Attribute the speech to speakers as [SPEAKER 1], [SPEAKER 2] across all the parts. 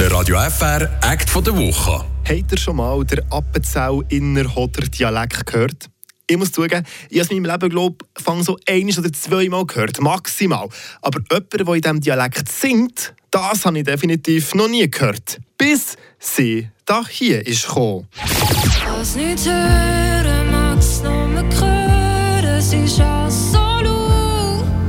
[SPEAKER 1] Der Radio FR Act von der Woche.
[SPEAKER 2] Habt ihr schon mal den Appenzell-Innerrhoder Dialekt gehört? Ich muss zugeben, ich habe es in meinem Leben, glaube ich, so ein- oder zweimal gehört, maximal. Aber jemand, der in diesem Dialekt singt, das habe ich definitiv noch nie gehört. Bis sie da hier ist gekommen.
[SPEAKER 3] Als nicht hören, mag's noch mehr hören, es ist alles so laut.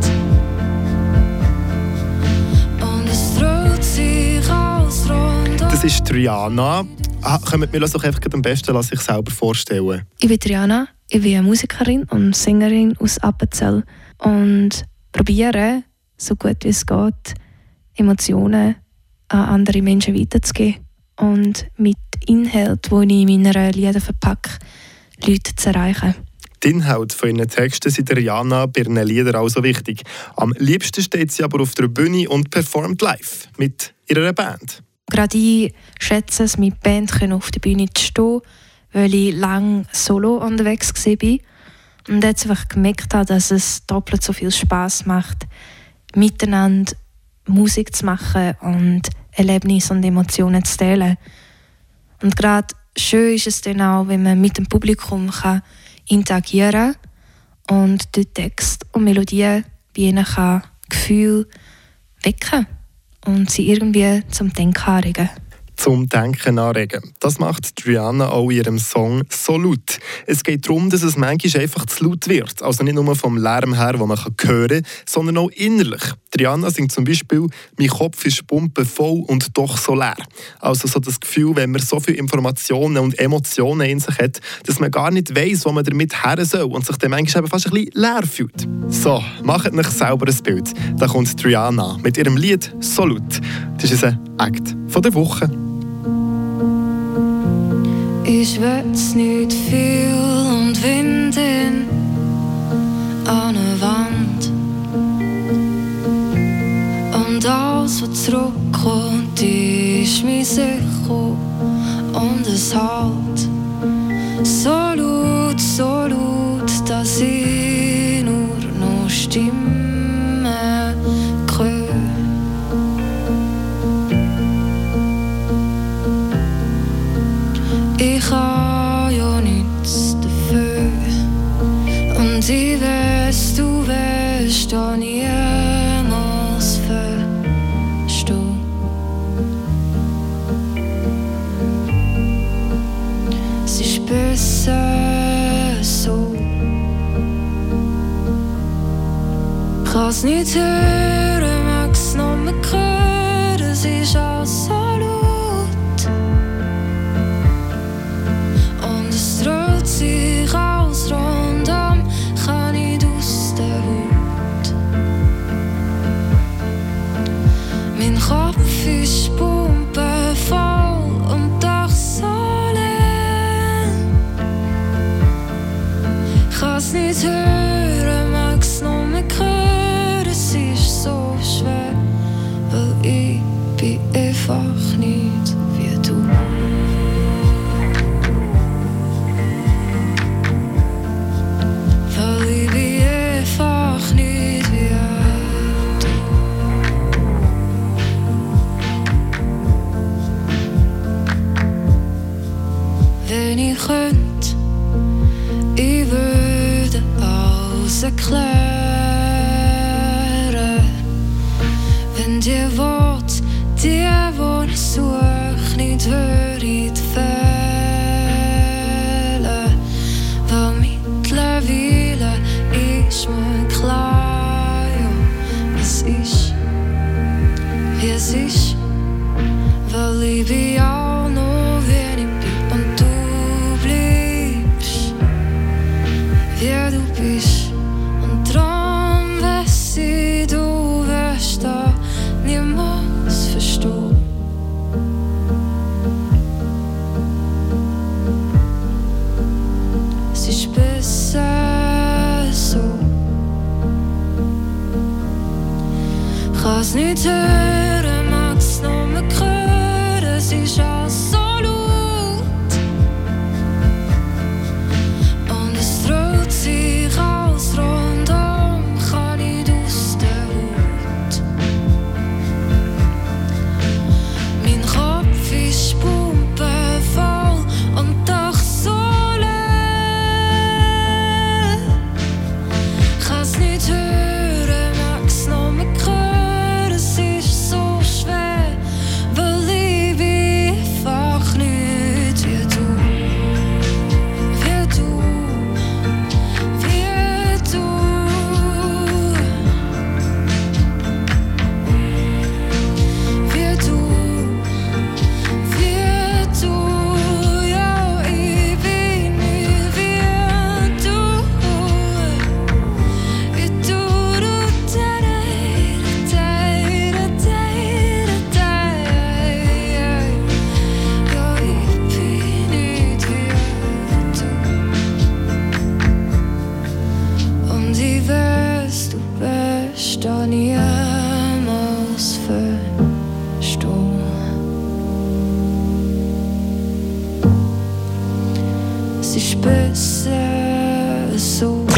[SPEAKER 3] Und es dreht sich alles rundum.
[SPEAKER 2] Das ist Triana. Kommt mir doch einfach am besten sich selber vorstellen.
[SPEAKER 4] Ich bin Triana, ich bin eine Musikerin und Sängerin aus Appenzell und probiere, so gut wie es geht, Emotionen an andere Menschen weiterzugeben und mit Inhalten, die ich in meinen Liedern verpacke, Leute zu erreichen.
[SPEAKER 2] Die Inhalte von ihren Texten sind Rihanna bei ihren Liedern auch so wichtig. Am liebsten steht sie aber auf der Bühne und performt live mit ihrer Band.
[SPEAKER 4] Gerade ich schätze es, mit Band auf der Bühne zu stehen, weil ich lange solo unterwegs war und jetzt einfach gemerkt habe, dass es doppelt so viel Spass macht, miteinander Musik zu machen und Erlebnisse und Emotionen zu teilen. Und gerade schön ist es dann auch, wenn man mit dem Publikum kann interagieren und durch Text und Melodie bei ihnen kann Gefühle wecken und sie irgendwie zum Denken anregen.
[SPEAKER 2] Zum Denken anregen. Das macht Rihanna auch in ihrem Song «So laut». Es geht darum, dass es manchmal einfach zu laut wird. Also nicht nur vom Lärm her, den man hören kann, sondern auch innerlich. Rihanna singt zum Beispiel «Mein Kopf ist pumpenvoll und doch so leer». Also so das Gefühl, wenn man so viele Informationen und Emotionen in sich hat, dass man gar nicht weiss, wo man damit her soll und sich dann manchmal eben fast ein bisschen leer fühlt. So, macht euch selber ein Bild. Da kommt Rihanna mit ihrem Lied «So laut». Das ist ein Act von der Woche.
[SPEAKER 3] Ich will's nicht viel und Wind in an eine Wand. Und alles, was zurückkommt, ist mir sicher und es halt so laut, dass ich nur noch Stimmen höre. Ich habe ja nichts dafür und ich weiß, du wirst da niemals verstehen. Es ist besser so. Ich kann es nicht hören, mag es noch mehr hören, es ist alles so laut. Sich aus rundum, kann ich aus der Haut. Mein Kopf ist pumpenvoll und doch so leer. Ich kann's nicht hören, mag's noch mehr hören, es ist so schwer, weil ich bin einfach nicht wie du. Wenn ich könnte, ich würde alles erklären. Wenn dir Worte, die ich suche, nicht würde fehlen. Weil mittlerweile ist mir klar, ja, es ist, wie es ist. Weil ich bin auch noch, wenn ich bin und du wie du bist. Und darum weiss ich, du wirst da niemals verstehen. Es ist besser so. Ich kann's nicht hören, mag's noch mehr hören, es ist alles ist besser so.